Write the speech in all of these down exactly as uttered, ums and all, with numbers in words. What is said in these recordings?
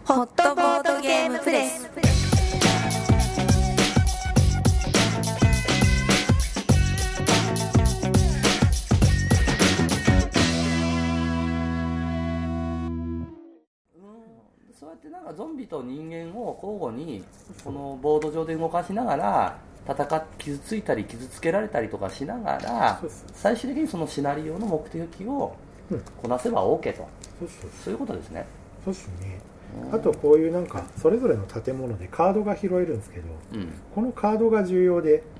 ホットボードゲームプレス。 そうやってなんかゾンビと人間を交互にこのボード上で動かしながら戦っ傷ついたり傷つけられたりとかしながら最終的にそのシナリオの目的をこなせば OK と、うん、そうそうそういうことですね。 そうですね。あとこういうなんかそれぞれの建物でカードが拾えるんですけど、うん、このカードが重要で、うん、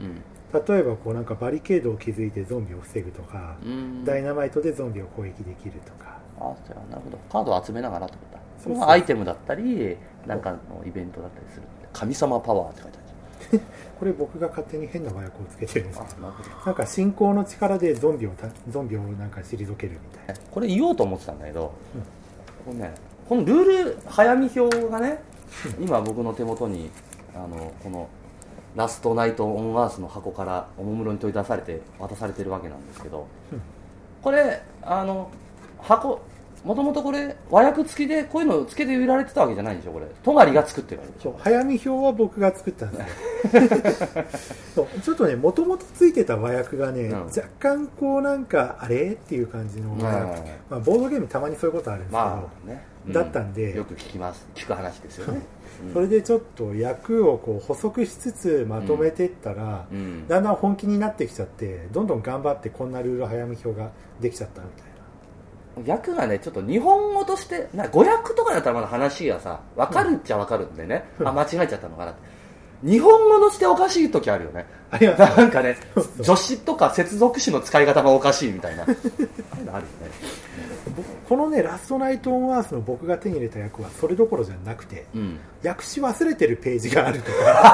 例えばこうなんかバリケードを築いてゾンビを防ぐとか、うん、ダイナマイトでゾンビを攻撃できるとか。 ああ、なるほど。カードを集めながらってことだ。それがアイテムだったりなんかのイベントだったりする。神様パワーって書いてあるこれ僕が勝手に変な麻薬をつけてるんですけど、な, なんか信仰の力でゾンビをゾンビをなんか退けるみたいな。 これ言おうと思ってたんだけど、うん、これね、このルール早見表がね、今僕の手元にあのこのラストナイトオンアースの箱からおもむろに取り出されて渡されてるわけなんですけど、これあの箱もともとこれ和訳付きでこういうのを付けて売られてたわけじゃないんでしょ。これトガリが作ってるわけでしょ。 早見表は僕が作ったんですよそうちょっとね、もともと付いてた和訳がね、うん、若干こうなんかあれっていう感じの和訳、うんまあ、ボードゲームたまにそういうことあるんですけど、まあねうん、だったんでよく聞きます聞く話ですよねうん、それでちょっと役をこう補足しつつまとめていったら、うん、だんだん本気になってきちゃってどんどん頑張ってこんなルール早見表ができちゃったみたいな。 訳がねちょっと日本語としてな語訳とかだったらまだ話がさ分かるっちゃ分かるんでね、うん、あ間違えちゃったのかなって日本語としておかしい時あるよね。ありますなんかね助詞とか接続詞の使い方がおかしいみたいなあるよね。 このねラストナイトオンアースの僕が手に入れた役はそれどころじゃなくて、うん、訳し忘れてるページがあると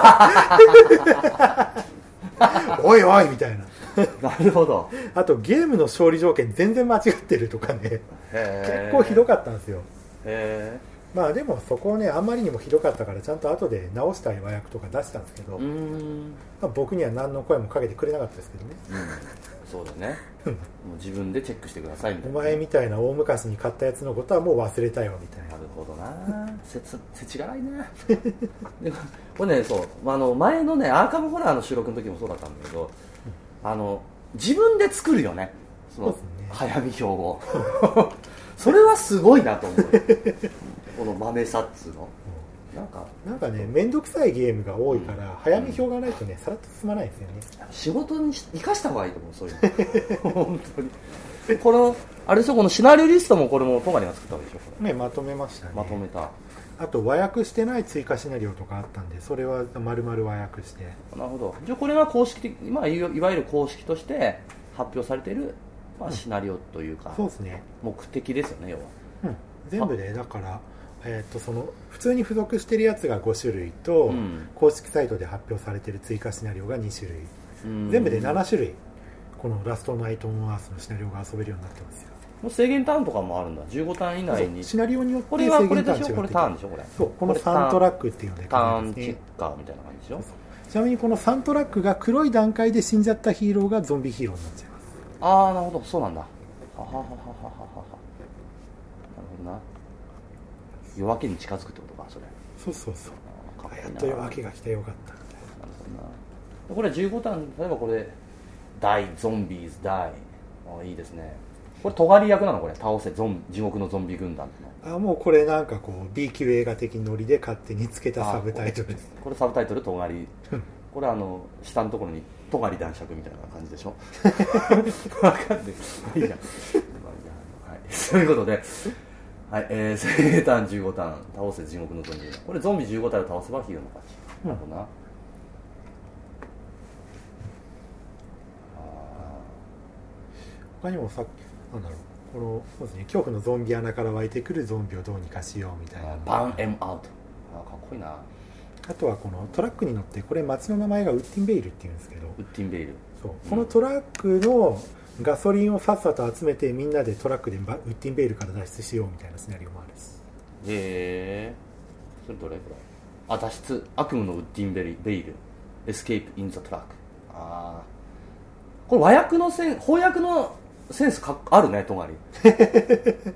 かおいおいみたいななるほど。 あとゲームの勝利条件全然間違ってるとかね結構ひどかったんですよ。へまあでもそこをねあんまりにもひどかったからちゃんと後で直したい和訳とか出したんですけど、うーん、まあ、僕には何の声もかけてくれなかったですけどね、 うん、そうだねもう自分でチェックしてくださいみたいな。 お前みたいな大昔に買ったやつのことはもう忘れたよみたいな。 なるほどなせせちがらいねでこれねそう、あの前のねアーカムホラーの収録の時もそうだったんだけど、あの自分で作るよね、その早見表をそれはすごいなと思うこの豆さっつうのなんかなんかね面倒くさいゲームが多いから、うん、早見表がないとねさらっと進まないですよね。 仕事に生かした方がいいと思うそういうの本当にこのあれでしょ、このシナリオリストもこれもトガリが作ったわけでしょ。これねまとめましたね。 まとめた。 あと和訳してない追加シナリオとかあったんでそれは丸々和訳して。 なるほど。じゃあこれが公式的、まあ、いわゆる公式として発表されている、まあ、シナリオというか、 うん、そうですね、 目的ですよね要は、 うん、全部でだから、えー、とその普通に付属してるやつがご種類と、うん、公式サイトで発表されている追加シナリオがに種類、うん、全部でなな種類このラストナイトオンアースのシナリオが遊べるようになってますよ。 もう制限ターンとかもあるんだ。じゅうごターン以内にシナリオによって制限ターン違ってて、これはこれでしょ、これターンでしょ。これそうこのサントラックっていうのでターンチェッカーみたいな感じでしょ。そうそうちなみにこのサントラックが黒い段階で死んじゃったヒーローがゾンビヒーローになっちゃいます。 ああなるほど、そうなんだ。ははははははは。なるほどな。夜明けに近づくってことかそれ。 そうそうそう。あやっと夜明けが来てよかったみたいな。なるほどな。これじゅうごターン、例えばこれダイゾンビーズダイ、あいいですね。これ尖り役なのこれ、倒せゾン地獄のゾンビ軍団の。あもうこれなんかこう B 級映画的ノリで勝手につけたサブタイトルです。 これサブタイトル尖りこれあの下のところに尖り男爵みたいな感じでしょ分かんないいいじゃん、はい、そういうことで、はいえー、制限ターンじゅうごターン倒せ地獄のゾンビ軍団。これゾンビじゅうご体を倒せばヒーローの勝ち、うん、なるほどな。 他にもさっきなんだろうこのそうですね、恐怖のゾンビ穴から湧いてくるゾンビをどうにかしようみたいな。 バンエムアウト。あかっこいいな。 あとはこのトラックに乗ってこれ町の名前がウッディンベイルっていうんですけど、 ウッディンベイルそう、うん、このトラックのガソリンをさっさと集めてみんなでトラックでウッディンベイルから脱出しようみたいなシナリオもあるし。 へえそれどれこれ。あ脱出悪夢のウッディンベイルエスケープインザトラック。ああこれ和訳のセン翻訳のセンスかあるねトガリ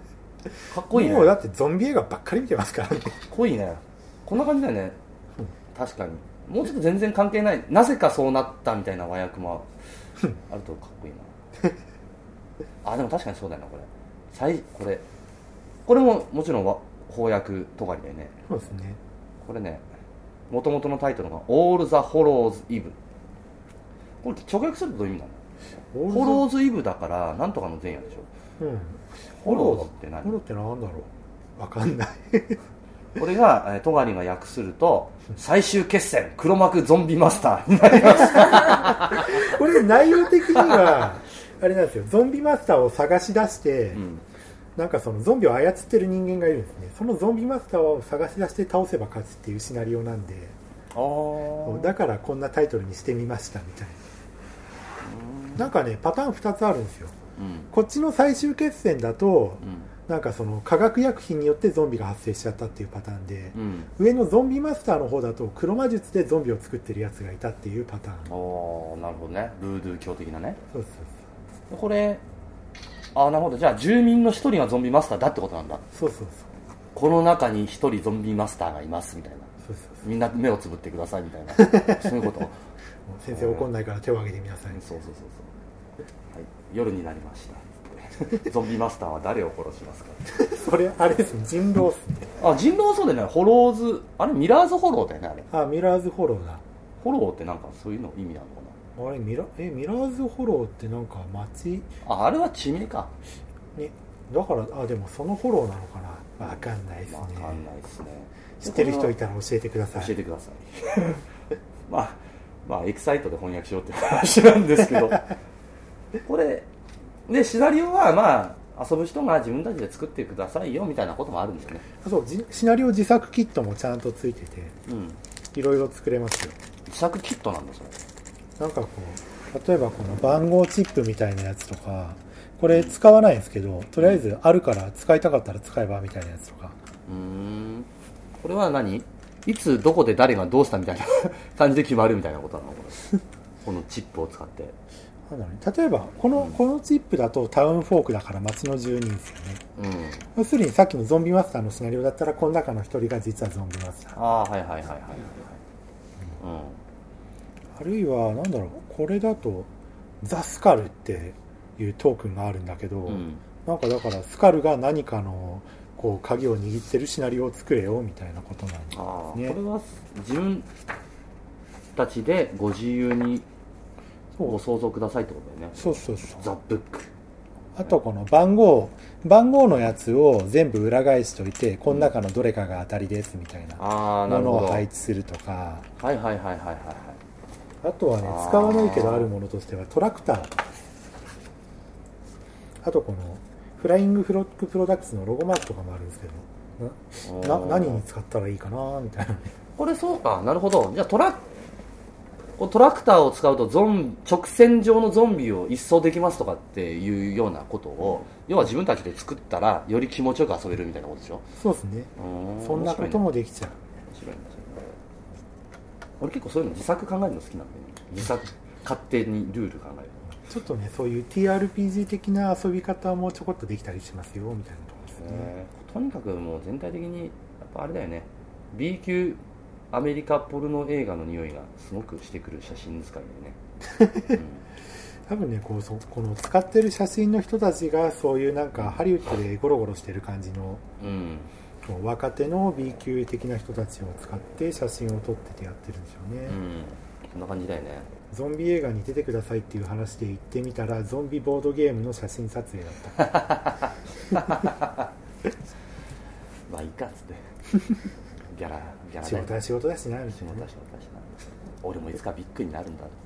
かっこいいね。 もうだってゾンビ映画ばっかり見てますからね。 かっこいいね。こんな感じだよね、うん、確かに。もうちょっと全然関係ない、なぜかそうなったみたいな和訳もあるとかっこいいなあ、でも確かにそうだよな、これ最これこれももちろん和翻訳とがりだよね。 そうですね。 これね、もともとのタイトルが All the Hallows Eve。 これ直訳するとどういう意味なの？ホローズイブだからなんとかの前夜でしょ。うん。ホローズって何？ ホロってなんだろう。わかんないこれがトガリが訳すると最終決戦黒幕ゾンビマスターになりますこれ内容的にはあれなんですよ。ゾンビマスターを探し出して、うん、なんかそのゾンビを操ってる人間がいるんですね。そのゾンビマスターを探し出して倒せば勝つっていうシナリオなんで、あだからこんなタイトルにしてみましたみたいな。なんかねパターンふたつあるんですよ、うん、こっちの最終決戦だと、うん、なんかその化学薬品によってゾンビが発生しちゃったっていうパターンで、うん、上のゾンビマスターの方だと黒魔術でゾンビを作ってるやつがいたっていうパターン。 おー、なるほどね。ルードゥー教的なね。 そうそうそう。これあ、なるほど。じゃあ住民の一人がゾンビマスターだってことなんだ。 そうそうそう。 この中に一人ゾンビマスターがいますみたいな。そうそうそう。みんな目をつぶってくださいみたいなそういうこと。 先生怒んないから手を挙げてみなさい。 そうそうそうそう、はい、夜になりましたゾンビマスターは誰を殺しますかそれあれですね、人狼っすね。 あ、人狼。そうだよね。ホローズ、あれミラーズホローだよね、あれ。 あ、ミラーズホローだ。 ホローってなんかそういうの意味なのかな。あれミラえミラーズホローってなんか街。 あ、あれは地名かね。だからあでもそのホローなのかな。わかんないですね。わかんないですね。 知ってる人いたら教えてください。 教えてくださいまあまあエキサイトで翻訳しようっていう話なんですけどこれでシナリオはまあ遊ぶ人が自分たちで作ってくださいよみたいなこともあるんですよね。 そうシナリオ自作キットもちゃんとついてて、うん、いろいろ作れますよ。 自作キットなんだそれ。 なんかこう例えばこの番号チップみたいなやつとか、これ使わないんですけど、とりあえずあるから使いたかったら使えばみたいなやつとか。 うーん、これは何？いつどこで誰がどうしたみたいな感じで決まるみたいなことなのこれこのチップを使って。 例えばこの、うん、このチップだとタウンフォークだから街の住人ですよね、うん、要するにさっきのゾンビマスターのシナリオだったらこの中の一人が実はゾンビマスター。 ああ、はいはいはいはいはい、 うん、あるいはなんだろう、これだとザ・スカルっていうトークンがあるんだけど、うん、なんかだからスカルが何かのこう鍵を握ってるシナリオを作れよみたいなことなんですね。あ、これは自分たちでご自由にご想像くださいってことだよね。 そうそうそう。 ザ・ブック。 あとこの番号番号のやつを全部裏返しといて、この中のどれかが当たりですみたいなものを配置するとか。 はいはいはいはいはいはい。 あとはね、使わないけどあるものとしてはトラクター。あとこのフライングフロックプロダクツのロゴマークとかもあるんですけど、なな何に使ったらいいかなみたいな。 これそうか、なるほど。じゃあトラトラクターを使うとゾン直線上のゾンビを一掃できますとかっていうようなことを、要は自分たちで作ったらより気持ちよく遊べるみたいなことでしょ。 そうですね。そんなこともできちゃう。面白いね。 俺結構そういうの自作考えるの好きなんで、ね、自作勝手にルール考える。 ちょっとね、そういう ティーアールピージー 的な遊び方もちょこっとできたりしますよみたいなところですね、えー、とにかくもう全体的にやっぱあれだよね、 B 級アメリカポルノ映画の匂いがすごくしてくる写真使いでね、うん、 多分ねこうそこの使ってる写真の人たちがそういうなんかハリウッドでゴロゴロしてる感じの、うん、若手の B 級的な人たちを使って写真を撮っててやってるんでしょうね、うん、 そんな感じだよね。 ゾンビ映画に出てくださいっていう話で行ってみたらゾンビボードゲームの写真撮影だったまあいいかっつってギャラギャラ仕事は仕事だしな、 仕事は仕事だしな、俺もいつかビッグになるんだ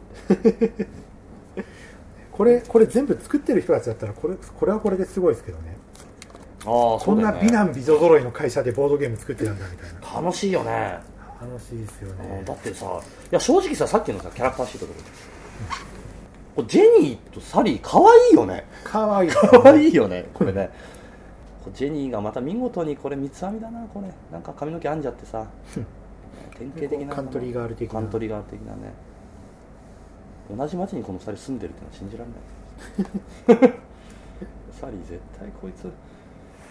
これこれ全部作ってる人たちだったらこれこれはこれですごいですけどね。 ああ、 こんな美男美女揃いの会社でボードゲーム作ってたんだみたいな。 楽しいよね。 楽しいですよね。 だってさ、いや正直さ、さっきのさキャラクターシートとか、うん、ジェニーとサリー可愛いよね。 可愛い、ね、 可愛いよねこれねジェニーがまた見事にこれ三つ編みだな、これなんか髪の毛編んじゃってさ典型的なカントリーガール的なカントリーガール的なね。同じ町にこのふたり住んでるってのは信じられないサリー絶対こいつ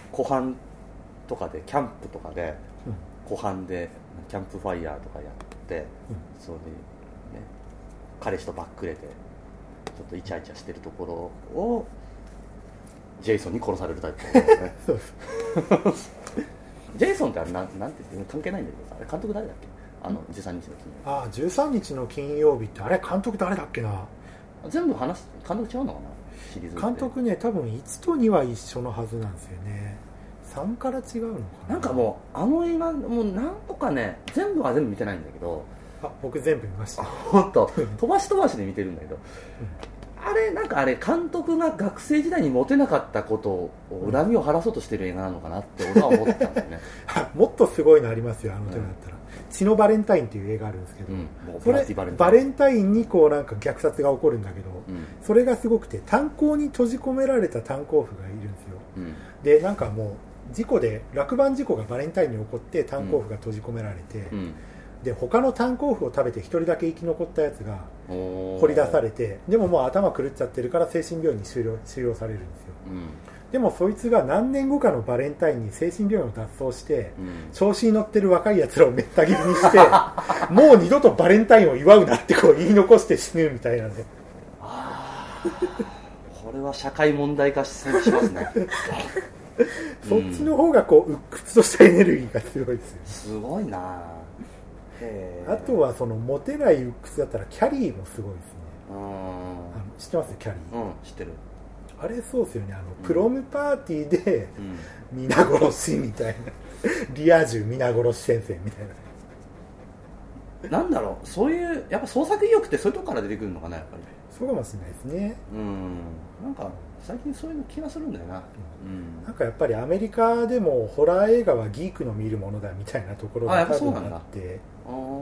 湖畔とかでキャンプとかで、うん、湖畔でキャンプファイヤーとかやって、うん、それで、ね、彼氏とばっくれてちょっとイチャイチャしてるところをジェイソンに殺されるタイプですねそうですジェイソンってあれ な, なんて言って関係ないんだけどさ、あれ監督誰だっけ、あのじゅうさんにちの金曜日。 ああじゅうさんにちの金曜日ってあれ監督誰だっけな。 全部話す監督違うのかな、シリーズ監督ね多分いちとには一緒のはずなんですよね。さんから違うのかな。 なんかもうあの映画もうなんとかね、全部は全部見てないんだけど、 あ僕全部見ました。 本当飛ばし飛ばしで見てるんだけど、うん、あれなんかあれ監督が学生時代にモテなかったことを恨みを晴らそうとしてる映画なのかなって俺は思ったんだよねもっとすごいのありますよ、あの手だったら、うん血のバレンタインっていう映画あるんですけど、うん、それバレ, バレンタインにこうなんか虐殺が起こるんだけど、うん、それがすごくて炭鉱に閉じ込められた炭鉱夫がいるんですよ、うん、でなんかもう事故で落盤事故がバレンタインに起こって炭鉱夫が閉じ込められて、うん、で他の炭鉱夫を食べて一人だけ生き残ったやつが掘り出されて、でももう頭狂っちゃってるから精神病院に収容、収容されるんですよ、うんでもそいつが何年後かのバレンタインに精神病院を脱走して、うん、調子に乗ってる若いやつらをめった切りにしてもう二度とバレンタインを祝うなってこう言い残して死ぬみたいなねあこれは社会問題化しますねそっちの方がこう鬱屈としたエネルギーがすごいですよ、 すごいな。 へあとはそのモテない鬱屈だったらキャリーもすごいですね。あの知ってますキャリー、 うん、知ってる。 あれそうですよね、あのプロムパーティーで、うん、皆殺しみたいなリア充皆殺し先生みたいな、なんだろう、そういうやっぱ創作意欲ってそういうとこから出てくるのかな、やっぱり。 そうかもしれないですね。 うん、なんか最近そういう気がするんだよな、 うん、なんかやっぱりアメリカでもホラー映画はギークの見るものだみたいなところが多分あって、 あ、うん、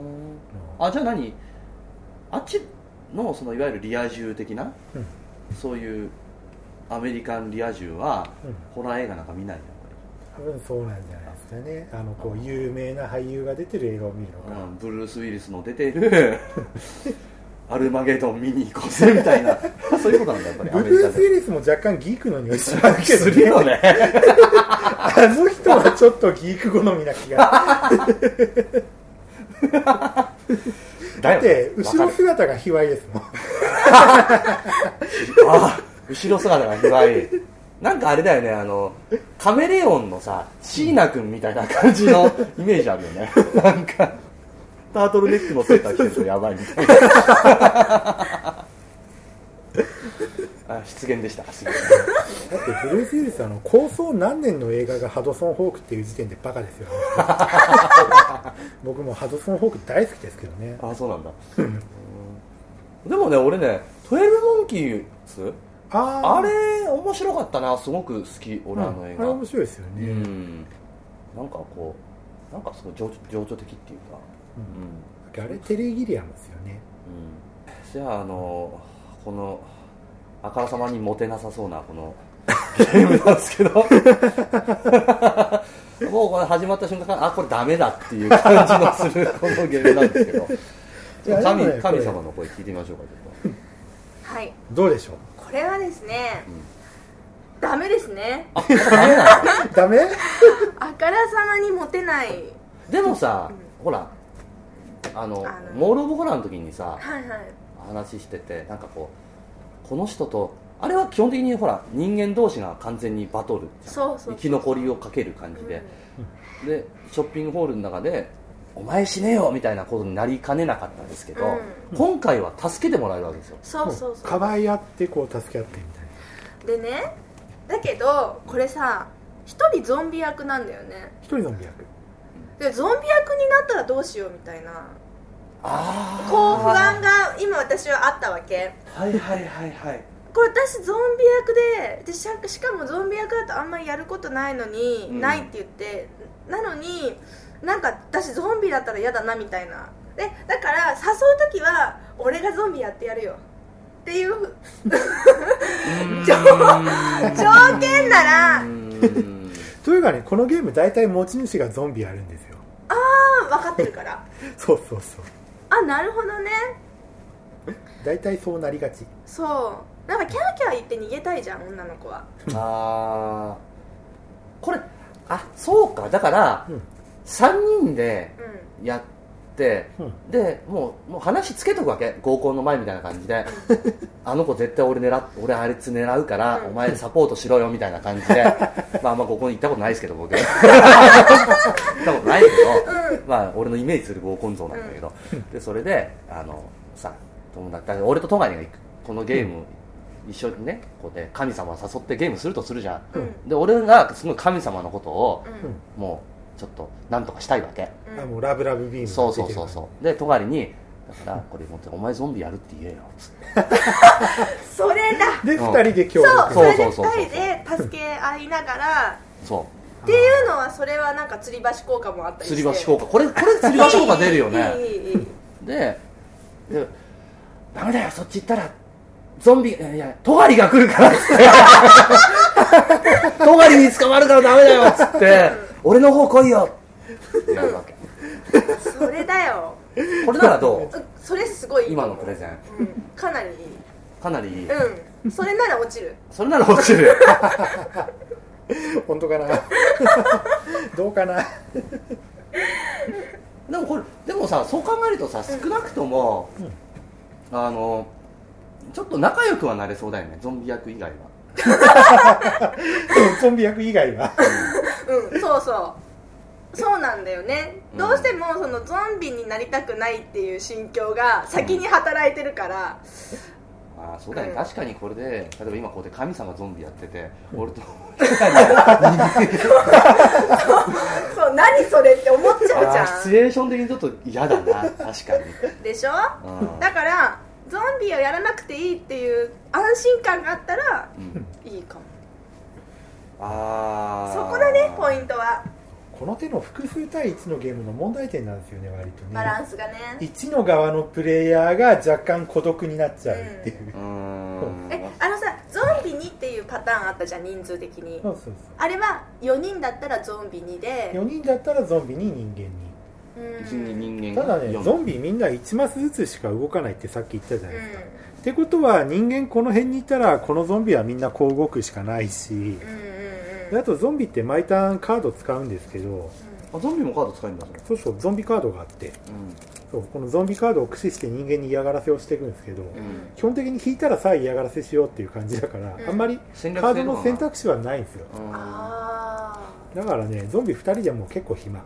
あじゃあ何あっちのそのいわゆるリア充的な、うん、そういうアメリカンリア充は、うん、ホラー映画なんか見ないよ、 多分そうなんじゃないですかね。あのこう有名な俳優が出てる映画を見るのか、 うん、ブルース・ウィリスの出てるアルマゲドン見に行こうぜみたいなそういうことなんだやっぱり。 ブルース・ウィリスも若干ギークの匂いしますけどね。 するよねあの人はちょっとギーク好みな気がだって後ろ姿が卑猥ですもんあ後ろ姿が卑猥なんかあれだよね、あのカメレオンのさ椎名君みたいな感じのイメージあるよねなんかタートルネックのセーター着てるとやばいみたいなあ失言でした。すみません。 だってブルース・ウィリスあの構想何年の映画がハドソン・ホークっていう時点でバカですよ僕もハドソン・ホーク大好きですけどね。 あそうなんだでもね俺ねトゥエルブモンキーズあ, あれ面白かったな、すごく好き俺あの映画、 うん、あれ面白いですよね、うん、 なんかこうなんかすごい情緒的っていうか、 うんうん、あれテリー・ギリアムですよね、 うん、じゃああのこのあからさまにモテなさそうなこのゲームなんですけどもうこれ始まった瞬間からあこれダメだっていう感じのするこのゲームなんですけど神, ね、神様の声聞いてみましょうかちょっとはいどうでしょう。 これはですね、うん、ダメですね。 あダメなのダメあからさまにモテない。 でもさ、うん、ほらあのあのモール・オブ・ホラーの時にさ、 はいはい、 話しててなんかこうこの人とあれは基本的にほら人間同士が完全にバトルそうそう生き残りをかける感じで、うん、でショッピングホールの中でお前死ねよみたいなことになりかねなかったんですけど、うん、今回は助けてもらえるわけですよ。 そうそうそうかばい合ってこう助け合ってみたいな。 でねだけどこれさ一人ゾンビ役なんだよね。 一人ゾンビ役でゾンビ役になったらどうしようみたいなあこう不安が今私はあったわけ。 はいはいはいはいこれ私ゾンビ役で、で し, しかもゾンビ役だとあんまりやることないのに、うん、ないって言ってなのになんか私ゾンビだったら嫌だなみたいなでだから誘う時は俺がゾンビやってやるよっていう条件ならというかねこのゲーム大体持ち主がゾンビやるんですよ。 ああ分かってるからそうそうそうあなるほどね大体そうなりがち。 そうなんかキャーキャー言って逃げたいじゃん女の子は。 あこれあそうかだから、うん、さんにんでやって、うん、でもう、もう話つけとくわけ合コンの前みたいな感じであの子絶対俺狙俺あいつ狙うから、うん、お前でサポートしろよみたいな感じでまああんま合コン行ったことないですけど僕行ったことないけど、うん、まあ俺のイメージする合コン像なんだけど、うん、でそれであのさ友達俺と戸狩が行くこのゲーム、うん一緒にねこうで神様を誘ってゲームするとするじゃん、うん、で俺がすごい神様のことを、うん、もうちょっとなんとかしたいわけ、 うん、あもうラブラブビームそうそうそうそうで戸狩にだからこれ持ってお前ゾンビやるって言えよつってそれだでふたりで協力そうそれでふたりで助け合いながらそうっていうのはそれはなんか吊り橋効果もあったりして吊り橋効果これこれ吊り橋効果出るよねいいいいいいででダメだよそっち行ったらゾンビいやいやトガリが来るからっつってトガリに捕まるからダメだよっつって俺の方来いよってやるわけそれだよこれならどうそれすごいいい今のプレゼン、 うん、かなりいいかなりいいうんそれなら落ちるそれなら落ちる本当かなどうかなでもこれでもさそう考えるとさ少なくとも、うん、あのちょっと仲良くはなれそうだよねゾンビ役以外はゾンビ役以外はうんそうそうそうなんだよね、うん、どうしてもそのゾンビになりたくないっていう心境が先に働いてるから、 うん、ああそうだね、うん、確かにこれで例えば今こうで神様ゾンビやってて、うん、俺とそう何それって思っちゃうじゃんシチュエーション的にちょっと嫌だな確かにでしょ、うん、だからゾンビをやらなくていいっていう安心感があったら、うん、いいかもあそこだねポイントはこの手の複数対いちのゲームの問題点なんですよね割とねバランスがねいちの側のプレイヤーが若干孤独になっちゃうっていう、うん、 うんえあのさゾンビにっていうパターンあったじゃん人数的にそうそうそうあれはよにんだったらゾンビにでよにんだったらゾンビに人間に人間ただねゾンビみんないちマスずつしか動かないってさっき言ったじゃないですか、うん、ってことは人間この辺にいたらこのゾンビはみんなこう動くしかないし、うんうんうん、であとゾンビって毎ターンカード使うんですけど、 うん、あゾンビもカード使うんだそうそうゾンビカードがあって、うん、そうこのゾンビカードを駆使して人間に嫌がらせをしていくんですけど、うん、基本的に引いたらさえ嫌がらせしようっていう感じだから、うん、あんまりカードの選択肢はないんですよ、うん、だからねゾンビふたりでも結構暇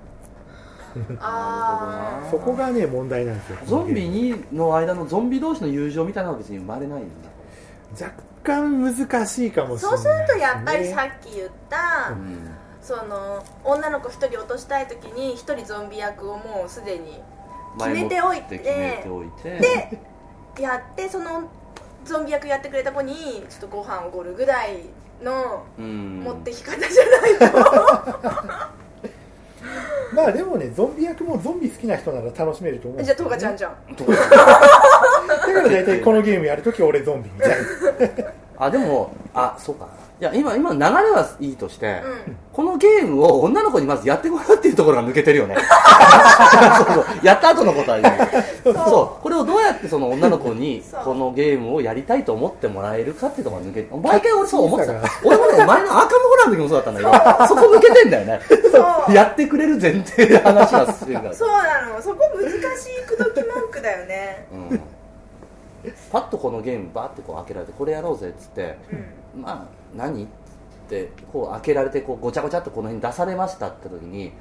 あそこがね問題なんですよゾンビにの間のゾンビ同士の友情みたいなのは別に生まれないんだ若干難しいかもしれない、ね、 そうするとやっぱりさっき言った、うん、その女の子ひとり落としたい時にひとりゾンビ役をもうすでに決めておいてでやってそのゾンビ役やってくれた子にちょっとご飯をおごるぐらいの持ってき方じゃないとまあでもねゾンビ役もゾンビ好きな人なら楽しめると思うんですよ、ね、じゃあトガちゃんじゃんだから大体このゲームやるとき俺ゾンビみたいなあでもあそうかいや今今流れはいいとして、うん、このゲームを女の子にまずやってもらうっていうところが抜けてるよねそうそうやった後のことはいいそうそうこれをどうやってその女の子にこのゲームをやりたいと思ってもらえるかっていうところが抜けて毎回俺そう思ってた俺もね前のアーカムホラーの時もそうだったんだけどそこ抜けてんだよねそうやってくれる前提で話が進むからそうなのそこ難しい口説き文句だよね、うんパッとこのゲームバーってこう開けられてこれやろうぜっつって、うん、まあ何ってこう開けられてこうごちゃごちゃっとこの辺出されましたって時に、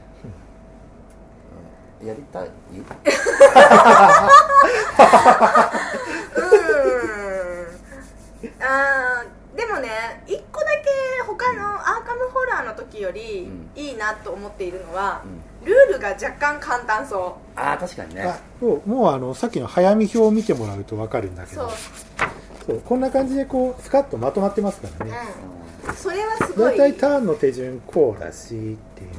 うん、やりたいうんあでもねいっこだけ他のアーカムホラーの時よりいいなと思っているのは、うん、ルールが若干簡単そうああ確かにねあもうあのさっきの早見表を見てもらうと分かるんだけど そうそうこんな感じでこうスカッとまとまってますからね、 うん、それはすごい大体ターンの手順こうだしっていう、うん、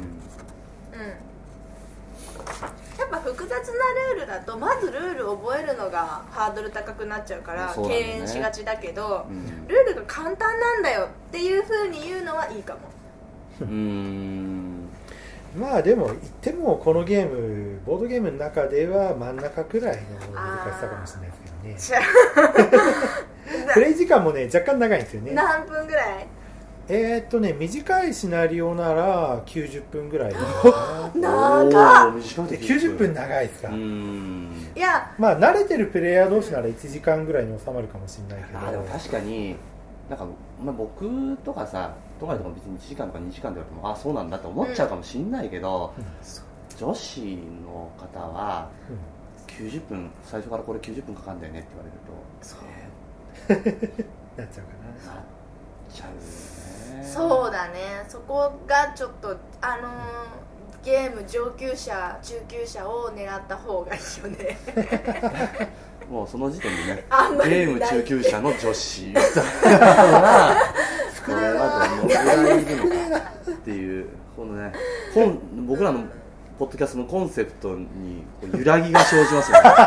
やっぱ複雑なルールだとまずルールを覚えるのがハードル高くなっちゃうから敬遠、ね、しがちだけど、うん、ルールが簡単なんだよっていう風に言うのはいいかもうーんまあでも言ってもこのゲームボードゲームの中では真ん中くらいの難しさかもしれないですけどねプレイ時間もね若干長いんですよね何分ぐらいえー、っとね短いシナリオならきゅうじゅっぷんぐらい長っきゅうじゅっぷん長いですか。うーんいやまあ慣れてるプレイヤー同士ならいちじかんぐらいに収まるかもしれないけどあでも確かになんか、まあ、僕とかさとかでも別にいちじかんとかにじかんで言われてもあそうなんだって思っちゃうかもしれないけど、うん、女子の方はきゅうじゅっぷん最初からこれきゅうじゅっぷんかかるんだよねって言われるとそうなっちゃうかななっちゃうね。 そうだねそこがちょっとあのー、ゲーム上級者中級者を狙った方がいいよねもうその時点でねゲーム中級者の女子みたいなこれはどのぐらいいるのかっていうこのね僕らのポッドキャストのコンセプトに揺らぎが生じますよね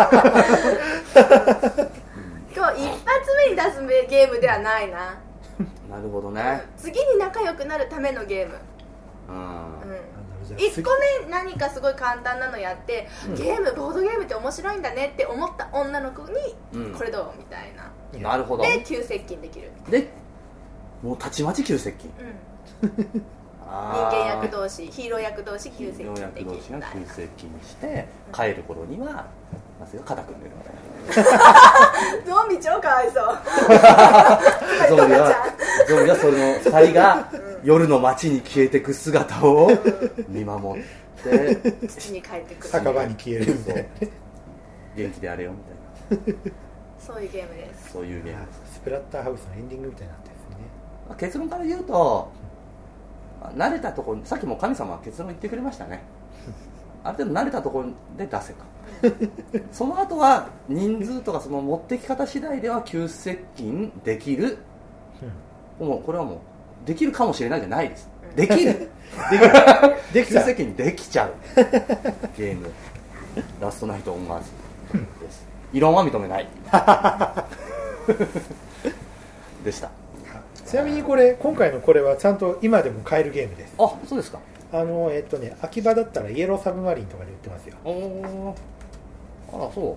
今日一発目に出すゲームではないななるほどね次に仲良くなるためのゲームうん、いっこめ何かすごい簡単なのやって、うん、ゲームボードゲームって面白いんだねって思った女の子に、うん、これどうみたいななるほどで急接近できるでもうたちまち急接近、 うん、人間役同士ヒーロー役同士急接近できるヒーロー役同士が急接近して帰る頃にはまず肩組んでるみたいなゾンビ超かわいそうゾンビはゾンビはそのふたりが夜の街に消えていく姿を見守って土に帰ってくる酒場に消えるみたいな元気であれよみたいなそういうゲームですそういうゲームですスプラッターハウスのエンディングみたいになってるんですね。 結論から言うと慣れたところさっきも神様は結論言ってくれましたねある程度慣れたところで出せとその後は人数とかその持ってき方次第では急接近できる、うん、もうこれはもうできるかもしれないじゃないです、うん、できるできるで急接近できちゃうゲームラストナイトオンアースです異論は認めないでした。 ちなみにこれ今回のこれはちゃんと今でも買えるゲームです。 あ、そうですか。 あのえっとね秋葉だったらイエローサブマリンとかで売ってますよ。 おあらそう、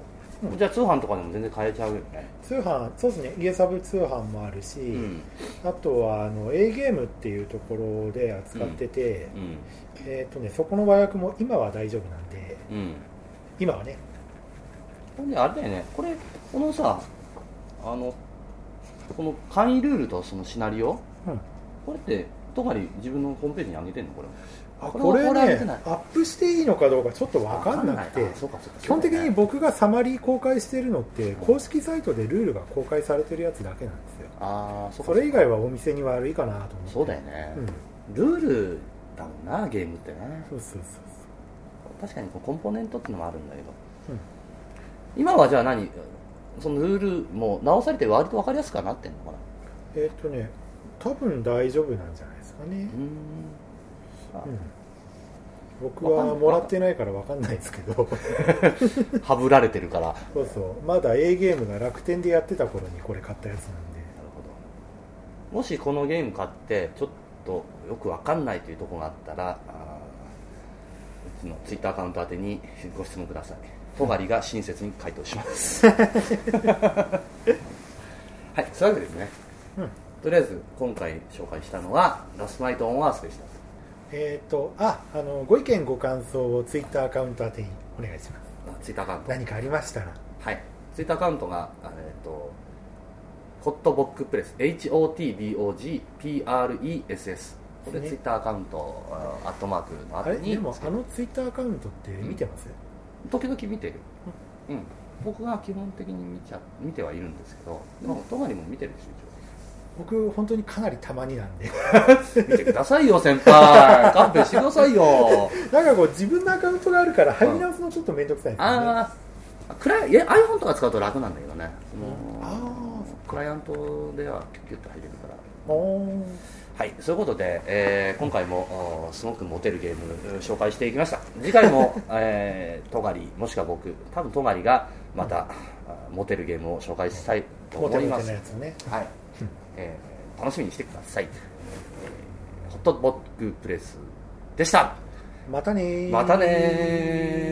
うん、じゃあ通販とかでも全然買えちゃうよね。 通販そうですねイエサブ通販もあるし、うん、あとはあの A ゲームっていうところで扱ってて、うんうん、えっとねそこの和訳も今は大丈夫なんで、うん、今はねほんであれだよねこれこのさあのこの簡易ルールとそのシナリオ、うん、これってトガリ自分のホームページに上げてんのこれあこれねアップしていいのかどうかちょっと分かんなくて基本的に僕がサマリー公開してるのって公式サイトでルールが公開されてるやつだけなんですよ。あそ, それ以外はお店に悪いかなと思って。 そうだよね、うん、ルールだもんなゲームってね。 そうそうそうそう確かにコンポーネントってのもあるんだけど、うん、今はじゃあ何そのルールも直されて割と分かりやすくはなってんのかな。 えー、っとね多分大丈夫なんじゃないですかね。うんうん、僕はもらってないから分かんないですけどはぶられてるからそうそうまだ A ゲームが楽天でやってた頃にこれ買ったやつなんで。なるほど。もしこのゲーム買ってちょっとよく分かんないというところがあったらあうちのツイッターアカウント宛てにご質問ください。トガリが親切に回答しますはいそういうわけですね、うん、とりあえず今回紹介したのはラストナイトオンアースでした。 えーとああのご意見ご感想をツイッターアカウント宛てにお願いします。 ツイッターアカウント何かありましたらはいツイッターアカウントが、えー、とホットボックプレス エイチオーティービーオージーピーアールイーエスエス これ、ね、ツイッターアカウントアットマークの後にあれでもあのツイッターアカウントって見てます、 うん、時々見てる、うん、僕が基本的に見ちゃ見てはいるんですけどでもトガリも見てるでしょ一応。 僕本当にかなりたまになんで見てくださいよ先輩勘弁してくださいよなんかこう自分のアカウントがあるから入り直すのちょっと面倒くさいですよね、うん、あクライいや iPhone とか使うと楽なんだけどね、うん、あクライアントではキュッキュッと入れるからはい、そういうことで、えー、今回もすごくモテるゲーム紹介していきました。次回も、えー、トガリもしくは僕多分トガリがまた、うん、モテるゲームを紹介したいと思います。 モテモテのやつね、 はいえー、楽しみにしてください、えー、ホットボックプレスでした。 またねまたね